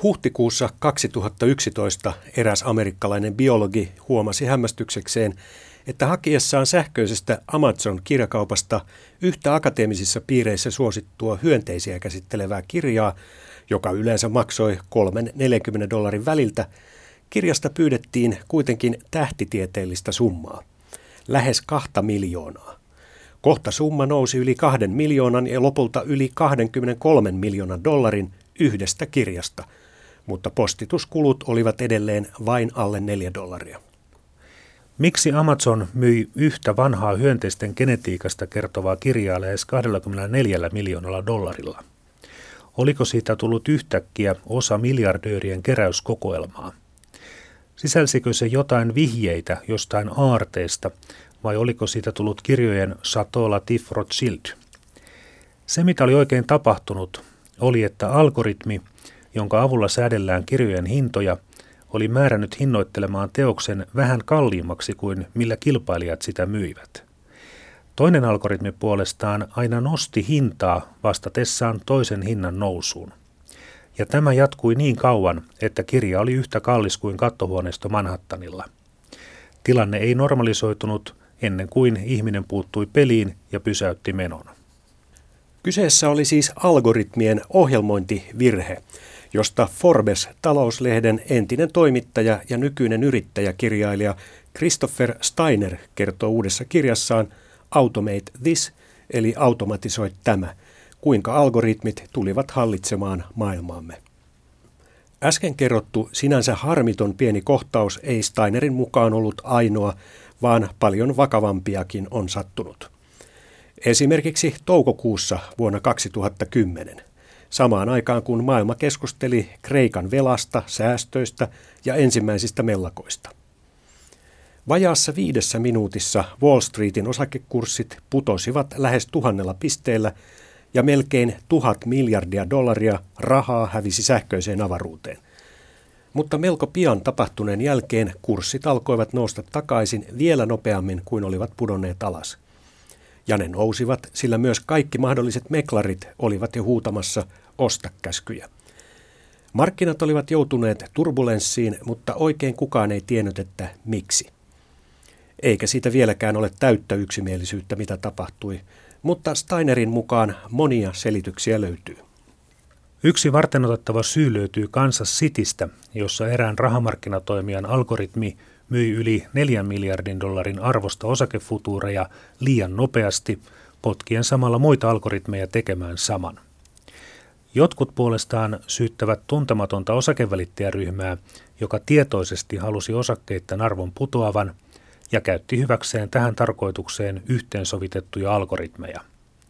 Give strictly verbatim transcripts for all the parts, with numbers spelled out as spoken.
Huhtikuussa kaksituhattayksitoista eräs amerikkalainen biologi huomasi hämmästyksekseen, että hakiessaan sähköisestä Amazon-kirjakaupasta yhtä akateemisissa piireissä suosittua hyönteisiä käsittelevää kirjaa, joka yleensä maksoi kolmen neljänkymmenen dollarin väliltä, kirjasta pyydettiin kuitenkin tähtitieteellistä summaa, lähes kahta miljoonaa. Kohta summa nousi yli kahden miljoonan ja lopulta yli kaksikymmentäkolme miljoonan dollarin yhdestä kirjasta, mutta postituskulut olivat edelleen vain alle neljä dollaria. Miksi Amazon myi yhtä vanhaa hyönteisten genetiikasta kertovaa kirjaa lähes kaksikymmentäneljä miljoonalla dollarilla? Oliko siitä tullut yhtäkkiä osa miljardöörien keräyskokoelmaa? Sisälsikö se jotain vihjeitä jostain aarteesta vai oliko siitä tullut kirjojen Chateau Latif Rothschild? Se, mitä oli oikein tapahtunut, oli, että algoritmi, jonka avulla säädellään kirjojen hintoja, oli määrännyt hinnoittelemaan teoksen vähän kalliimmaksi kuin millä kilpailijat sitä myivät. Toinen algoritmi puolestaan aina nosti hintaa vastatessaan toisen hinnan nousuun. Ja tämä jatkui niin kauan, että kirja oli yhtä kallis kuin kattohuoneisto Manhattanilla. Tilanne ei normalisoitunut ennen kuin ihminen puuttui peliin ja pysäytti menon. Kyseessä oli siis algoritmien ohjelmointivirhe, josta Forbes-talouslehden entinen toimittaja ja nykyinen yrittäjäkirjailija Christopher Steiner kertoo uudessa kirjassaan Automate This, eli automatisoi tämä, kuinka algoritmit tulivat hallitsemaan maailmaamme. Äsken kerrottu sinänsä harmiton pieni kohtaus ei Steinerin mukaan ollut ainoa, vaan paljon vakavampiakin on sattunut. Esimerkiksi toukokuussa vuonna kaksituhattakymmenen, samaan aikaan kun maailma keskusteli Kreikan velasta, säästöistä ja ensimmäisistä mellakoista. Vajaassa viidessä minuutissa Wall Streetin osakekurssit putosivat lähes tuhannella pisteellä ja melkein tuhat miljardia dollaria rahaa hävisi sähköiseen avaruuteen. Mutta melko pian tapahtuneen jälkeen kurssit alkoivat nousta takaisin vielä nopeammin kuin olivat pudonneet alas. Ja ne nousivat, sillä myös kaikki mahdolliset meklarit olivat jo huutamassa ostakäskyjä. Markkinat olivat joutuneet turbulenssiin, mutta oikein kukaan ei tiennyt, että miksi. Eikä siitä vieläkään ole täyttä yksimielisyyttä, mitä tapahtui, mutta Steinerin mukaan monia selityksiä löytyy. Yksi varteenotettava syy löytyy Kansas Citystä, jossa erään rahamarkkinatoimijan algoritmi myi yli neljän miljardin dollarin arvosta osakefutuureja liian nopeasti, potkien samalla muita algoritmeja tekemään saman. Jotkut puolestaan syyttävät tuntematonta osakevälittäjäryhmää, joka tietoisesti halusi osakkeiden arvon putoavan ja käytti hyväkseen tähän tarkoitukseen yhteensovitettuja algoritmeja.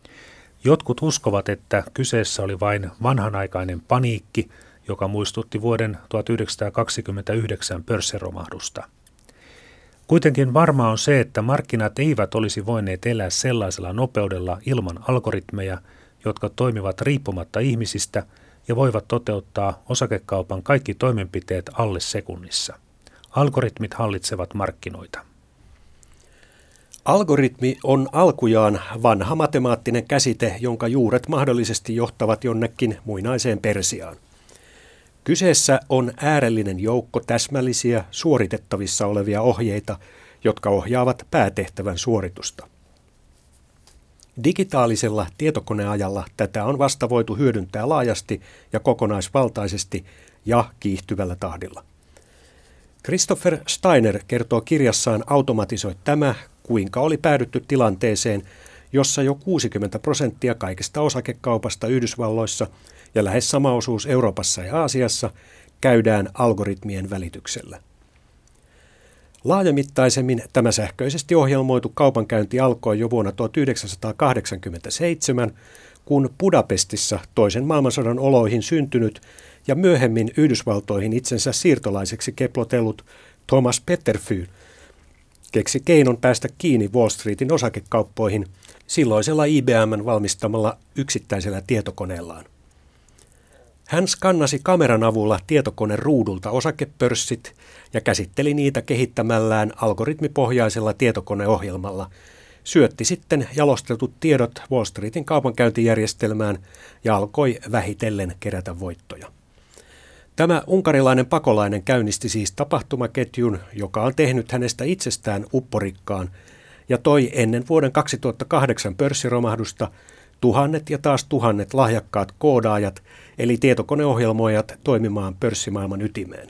Jotkut uskovat, että kyseessä oli vain vanhanaikainen paniikki, joka muistutti vuoden tuhatyhdeksänsataakaksikymmentäyhdeksän pörssiromahdusta. Kuitenkin varmaa on se, että markkinat eivät olisi voineet elää sellaisella nopeudella ilman algoritmeja, jotka toimivat riippumatta ihmisistä ja voivat toteuttaa osakekaupan kaikki toimenpiteet alle sekunnissa. Algoritmit hallitsevat markkinoita. Algoritmi on alkujaan vanha matemaattinen käsite, jonka juuret mahdollisesti johtavat jonnekin muinaiseen Persiaan. Kyseessä on äärellinen joukko täsmällisiä, suoritettavissa olevia ohjeita, jotka ohjaavat päätehtävän suoritusta. Digitaalisella tietokoneajalla tätä on vasta voitu hyödyntää laajasti ja kokonaisvaltaisesti ja kiihtyvällä tahdilla. Christopher Steiner kertoo kirjassaan Automatisoi tämä, kuinka oli päädytty tilanteeseen, jossa jo kuusikymmentä prosenttia kaikesta osakekaupasta Yhdysvalloissa ja lähes sama osuus Euroopassa ja Aasiassa käydään algoritmien välityksellä. Laajamittaisemmin tämä sähköisesti ohjelmoitu kaupankäynti alkoi jo vuonna tuhatyhdeksänsataakahdeksankymmentäseitsemän, kun Budapestissa toisen maailmansodan oloihin syntynyt ja myöhemmin Yhdysvaltoihin itsensä siirtolaiseksi keplotellut Thomas Petterfield keksi keinon päästä kiinni Wall Streetin osakekauppoihin silloisella I B M:n valmistamalla yksittäisellä tietokoneellaan. Hän skannasi kameran avulla tietokoneen ruudulta osakepörssit ja käsitteli niitä kehittämällään algoritmipohjaisella tietokoneohjelmalla, syötti sitten jalostetut tiedot Wall Streetin kaupankäyntijärjestelmään ja alkoi vähitellen kerätä voittoja. Tämä unkarilainen pakolainen käynnisti siis tapahtumaketjun, joka on tehnyt hänestä itsestään upporikkaan ja toi ennen vuoden kaksituhattakahdeksan pörssiromahdusta tuhannet ja taas tuhannet lahjakkaat koodaajat eli tietokoneohjelmoijat toimimaan pörssimaailman ytimeen.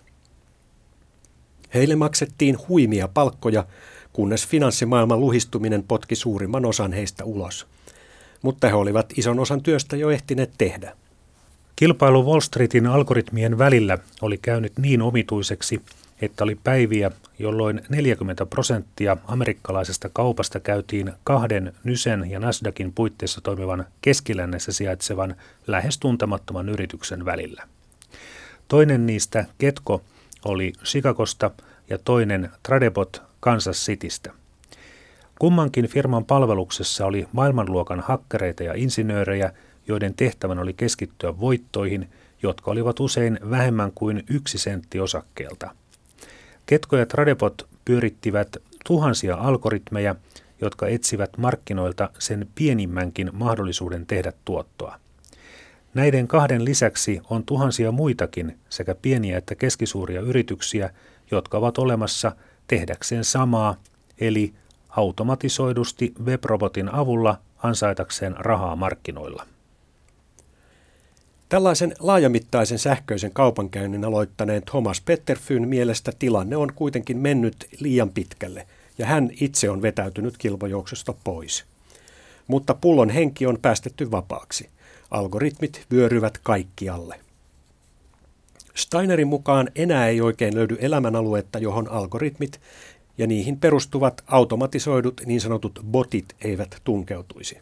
Heille maksettiin huimia palkkoja, kunnes finanssimaailman luhistuminen potki suurimman osan heistä ulos. Mutta he olivat ison osan työstä jo ehtineet tehdä. Kilpailu Wall Streetin algoritmien välillä oli käynyt niin omituiseksi, että oli päiviä, jolloin neljäkymmentä prosenttia amerikkalaisesta kaupasta käytiin kahden Nysen ja Nasdaqin puitteissa toimivan keskilännessä sijaitsevan lähes tuntemattoman yrityksen välillä. Toinen niistä, Getco, oli Chicagosta ja toinen Tradebot Kansas Citystä. Kummankin firman palveluksessa oli maailmanluokan hakkereita ja insinöörejä, joiden tehtävän oli keskittyä voittoihin, jotka olivat usein vähemmän kuin yksi sentti osakkeelta. Getco ja Tradebot pyörittivät tuhansia algoritmeja, jotka etsivät markkinoilta sen pienimmänkin mahdollisuuden tehdä tuottoa. Näiden kahden lisäksi on tuhansia muitakin sekä pieniä että keskisuuria yrityksiä, jotka ovat olemassa tehdäkseen samaa, eli automatisoidusti webrobotin avulla ansaitakseen rahaa markkinoilla. Tällaisen laajamittaisen sähköisen kaupankäynnin aloittaneen Thomas Petterfyn mielestä tilanne on kuitenkin mennyt liian pitkälle ja hän itse on vetäytynyt kilpajuoksusta pois. Mutta pullon henki on päästetty vapaaksi. Algoritmit vyöryvät kaikkialle. Steinerin mukaan enää ei oikein löydy elämänaluetta, johon algoritmit ja niihin perustuvat automatisoidut niin sanotut botit eivät tunkeutuisi.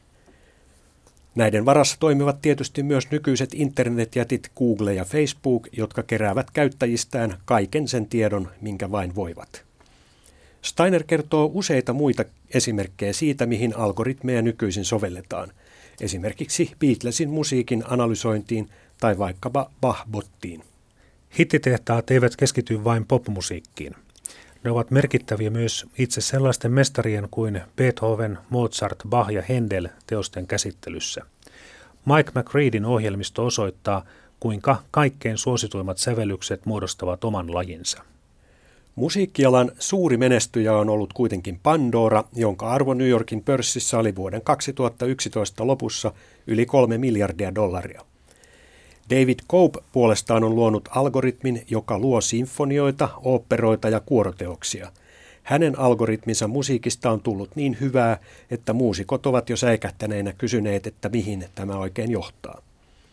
Näiden varassa toimivat tietysti myös nykyiset internetjätit Google ja Facebook, jotka keräävät käyttäjistään kaiken sen tiedon, minkä vain voivat. Steiner kertoo useita muita esimerkkejä siitä, mihin algoritmeja nykyisin sovelletaan, esimerkiksi Beatlesin musiikin analysointiin tai vaikkapa Bach-bottiin. Hittitehtaat eivät keskity vain popmusiikkiin. Ne ovat merkittäviä myös itse sellaisten mestarien kuin Beethoven, Mozart, Bach ja Händel teosten käsittelyssä. Mike McReadin ohjelmisto osoittaa, kuinka kaikkein suosituimmat sävellykset muodostavat oman lajinsa. Musiikkialan suuri menestyjä on ollut kuitenkin Pandora, jonka arvo New Yorkin pörssissä oli vuoden kaksituhattayksitoista lopussa yli kolme miljardia dollaria. David Cope puolestaan on luonut algoritmin, joka luo sinfonioita, oopperoita ja kuoroteoksia. Hänen algoritminsa musiikista on tullut niin hyvää, että muusikot ovat jo säikähtäneinä kysyneet, että mihin tämä oikein johtaa.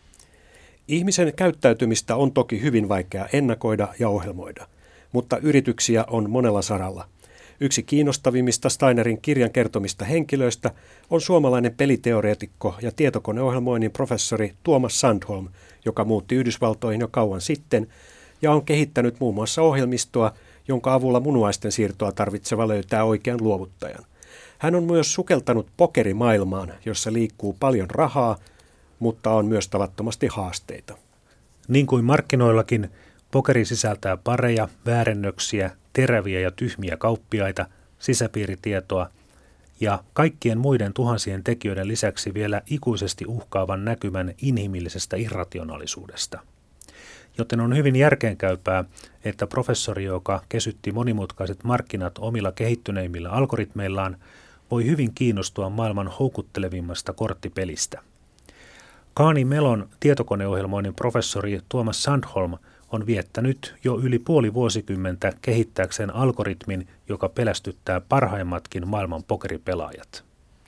Ihmisen käyttäytymistä on toki hyvin vaikea ennakoida ja ohjelmoida, mutta yrityksiä on monella saralla. Yksi kiinnostavimmista Steinerin kirjan kertomista henkilöistä on suomalainen peliteoreetikko ja tietokoneohjelmoinnin professori Tuomas Sandholm, joka muutti Yhdysvaltoihin jo kauan sitten ja on kehittänyt muun muassa ohjelmistoa, jonka avulla munuaisten siirtoa tarvitseva löytää oikean luovuttajan. Hän on myös sukeltanut pokerimaailmaan, jossa liikkuu paljon rahaa, mutta on myös tavattomasti haasteita. Niin kuin markkinoillakin, pokeri sisältää pareja, väärennöksiä, teräviä ja tyhmiä kauppiaita, sisäpiiritietoa ja kaikkien muiden tuhansien tekijöiden lisäksi vielä ikuisesti uhkaavan näkymän inhimillisestä irrationaalisuudesta. Joten on hyvin järkeenkäypää, että professori, joka kesytti monimutkaiset markkinat omilla kehittyneimmillä algoritmeillaan, voi hyvin kiinnostua maailman houkuttelevimmasta korttipelistä. Carnegie Mellon tietokoneohjelmoinnin professori Tuomas Sandholm on viettänyt jo yli puoli vuosikymmentä kehittääkseen algoritmin, joka pelästyttää parhaimmatkin maailman pokeripelaajat.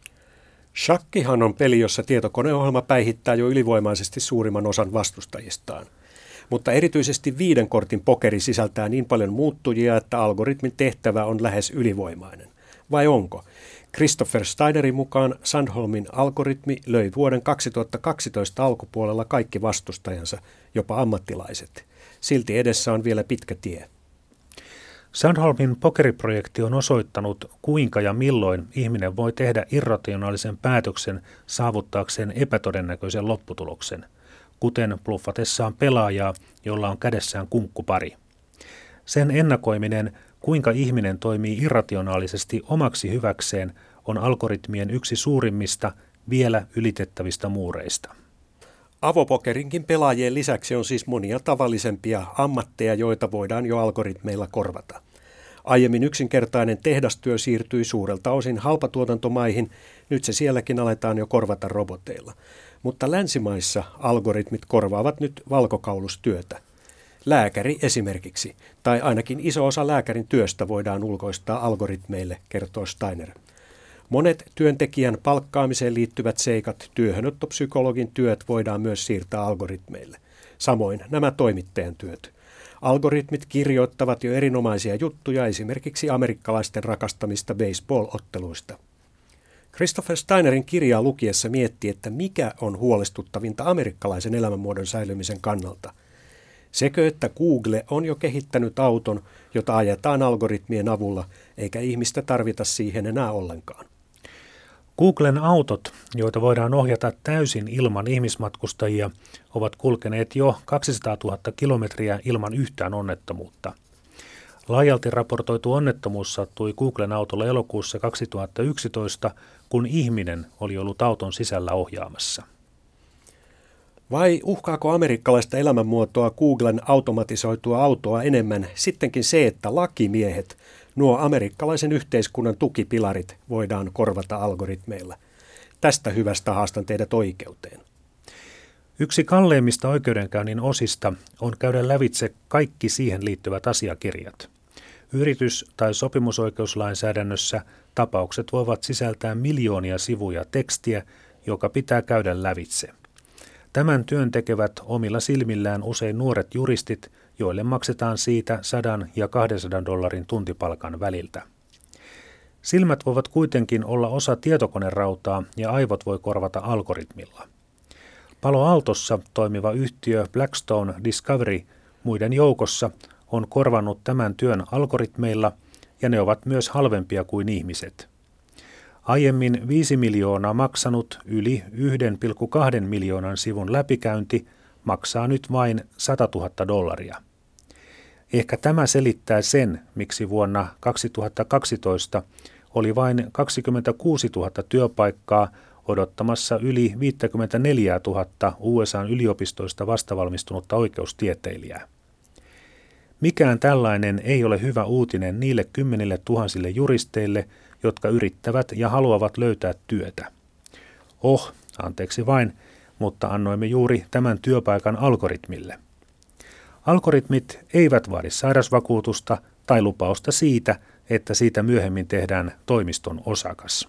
Shakkihan on peli, jossa tietokoneohjelma päihittää jo ylivoimaisesti suurimman osan vastustajistaan. Mutta erityisesti viiden kortin pokeri sisältää niin paljon muuttujia, että algoritmin tehtävä on lähes ylivoimainen. Vai onko? Christopher Steinerin mukaan Sandholmin algoritmi löi vuoden kaksituhattakaksitoista alkupuolella kaikki vastustajansa, jopa ammattilaiset. Silti edessä on vielä pitkä tie. Sandholmin pokeriprojekti on osoittanut, kuinka ja milloin ihminen voi tehdä irrationaalisen päätöksen saavuttaakseen epätodennäköisen lopputuloksen, kuten bluffatessaan pelaajaa, jolla on kädessään kunkkupari. Sen ennakoiminen, kuinka ihminen toimii irrationaalisesti omaksi hyväkseen, on algoritmien yksi suurimmista, vielä ylitettävistä muureista. Avopokerinkin pelaajien lisäksi on siis monia tavallisempia ammatteja, joita voidaan jo algoritmeilla korvata. Aiemmin yksinkertainen tehdastyö siirtyi suurelta osin halpatuotantomaihin, nyt se sielläkin aletaan jo korvata roboteilla. Mutta länsimaissa algoritmit korvaavat nyt valkokaulustyötä. Lääkäri esimerkiksi, tai ainakin iso osa lääkärin työstä voidaan ulkoistaa algoritmeille, kertoo Steiner. Monet työntekijän palkkaamiseen liittyvät seikat, työhönottopsykologin työt voidaan myös siirtää algoritmeille. Samoin nämä toimittajan työt. Algoritmit kirjoittavat jo erinomaisia juttuja esimerkiksi amerikkalaisten rakastamista baseball-otteluista. Christopher Steinerin kirjaa lukiessa mietti, että mikä on huolestuttavinta amerikkalaisen elämänmuodon säilymisen kannalta. Sekö, että Google on jo kehittänyt auton, jota ajetaan algoritmien avulla, eikä ihmistä tarvita siihen enää ollenkaan. Googlen autot, joita voidaan ohjata täysin ilman ihmismatkustajia, ovat kulkeneet jo kaksisataatuhatta kilometriä ilman yhtään onnettomuutta. Laajalti raportoitu onnettomuus sattui Googlen autolla elokuussa kaksituhattayksitoista, kun ihminen oli ollut auton sisällä ohjaamassa. Vai uhkaako amerikkalaista elämänmuotoa Googlen automatisoitua autoa enemmän sittenkin se, että lakimiehet, nuo amerikkalaisen yhteiskunnan tukipilarit, voidaan korvata algoritmeilla? Tästä hyvästä haastan teidät oikeuteen. Yksi kalleimmista oikeudenkäynnin osista on käydä lävitse kaikki siihen liittyvät asiakirjat. Yritys- tai sopimusoikeuslainsäädännössä tapaukset voivat sisältää miljoonia sivuja tekstiä, joka pitää käydä lävitse. Tämän työn tekevät omilla silmillään usein nuoret juristit, joille maksetaan siitä sadan ja kahdensadan dollarin tuntipalkan väliltä. Silmät voivat kuitenkin olla osa tietokonerautaa ja aivot voi korvata algoritmilla. Palo Altossa toimiva yhtiö Blackstone Discovery muiden joukossa on korvannut tämän työn algoritmeilla ja ne ovat myös halvempia kuin ihmiset. Aiemmin viisi miljoonaa maksanut yli yksi pilkku kaksi miljoonan sivun läpikäynti maksaa nyt vain satatuhatta dollaria. Ehkä tämä selittää sen, miksi vuonna kaksituhattakaksitoista oli vain kaksikymmentäkuusituhatta työpaikkaa odottamassa yli viisikymmentäneljätuhatta U S A:n yliopistoista vastavalmistunutta oikeustieteilijää. Mikään tällainen ei ole hyvä uutinen niille kymmenille tuhansille juristeille, jotka yrittävät ja haluavat löytää työtä. Oh, anteeksi vain, mutta annoimme juuri tämän työpaikan algoritmille. Algoritmit eivät vaadi sairausvakuutusta tai lupausta siitä, että siitä myöhemmin tehdään toimiston osakas.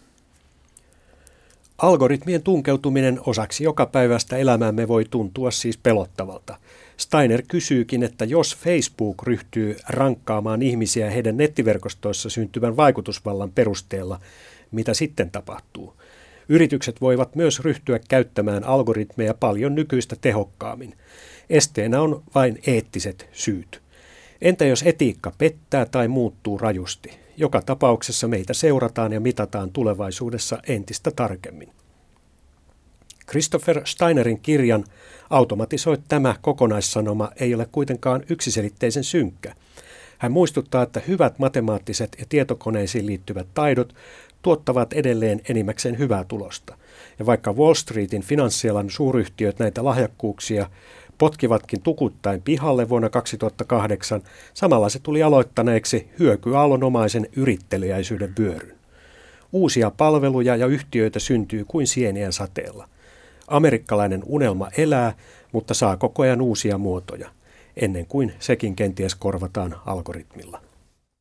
Algoritmien tunkeutuminen osaksi jokapäiväistä elämäämme voi tuntua siis pelottavalta. Steiner kysyykin, että jos Facebook ryhtyy rankkaamaan ihmisiä heidän nettiverkostoissa syntyvän vaikutusvallan perusteella, mitä sitten tapahtuu? Yritykset voivat myös ryhtyä käyttämään algoritmeja paljon nykyistä tehokkaammin. Esteenä on vain eettiset syyt. Entä jos etiikka pettää tai muuttuu rajusti? Joka tapauksessa meitä seurataan ja mitataan tulevaisuudessa entistä tarkemmin. Christopher Steinerin kirjan Automatisoi tämä kokonaissanoma ei ole kuitenkaan yksiselitteisen synkkä. Hän muistuttaa, että hyvät matemaattiset ja tietokoneisiin liittyvät taidot tuottavat edelleen enimmäkseen hyvää tulosta. Ja vaikka Wall Streetin finanssialan suuryhtiöt näitä lahjakkuuksia potkivatkin tukuttain pihalle vuonna kaksituhattakahdeksan, samalla se tuli aloittaneeksi hyökyaallonomaisen yritteliäisyyden vyöryn. Uusia palveluja ja yhtiöitä syntyy kuin sieniä sateella. Amerikkalainen unelma elää, mutta saa koko ajan uusia muotoja, ennen kuin sekin kenties korvataan algoritmilla.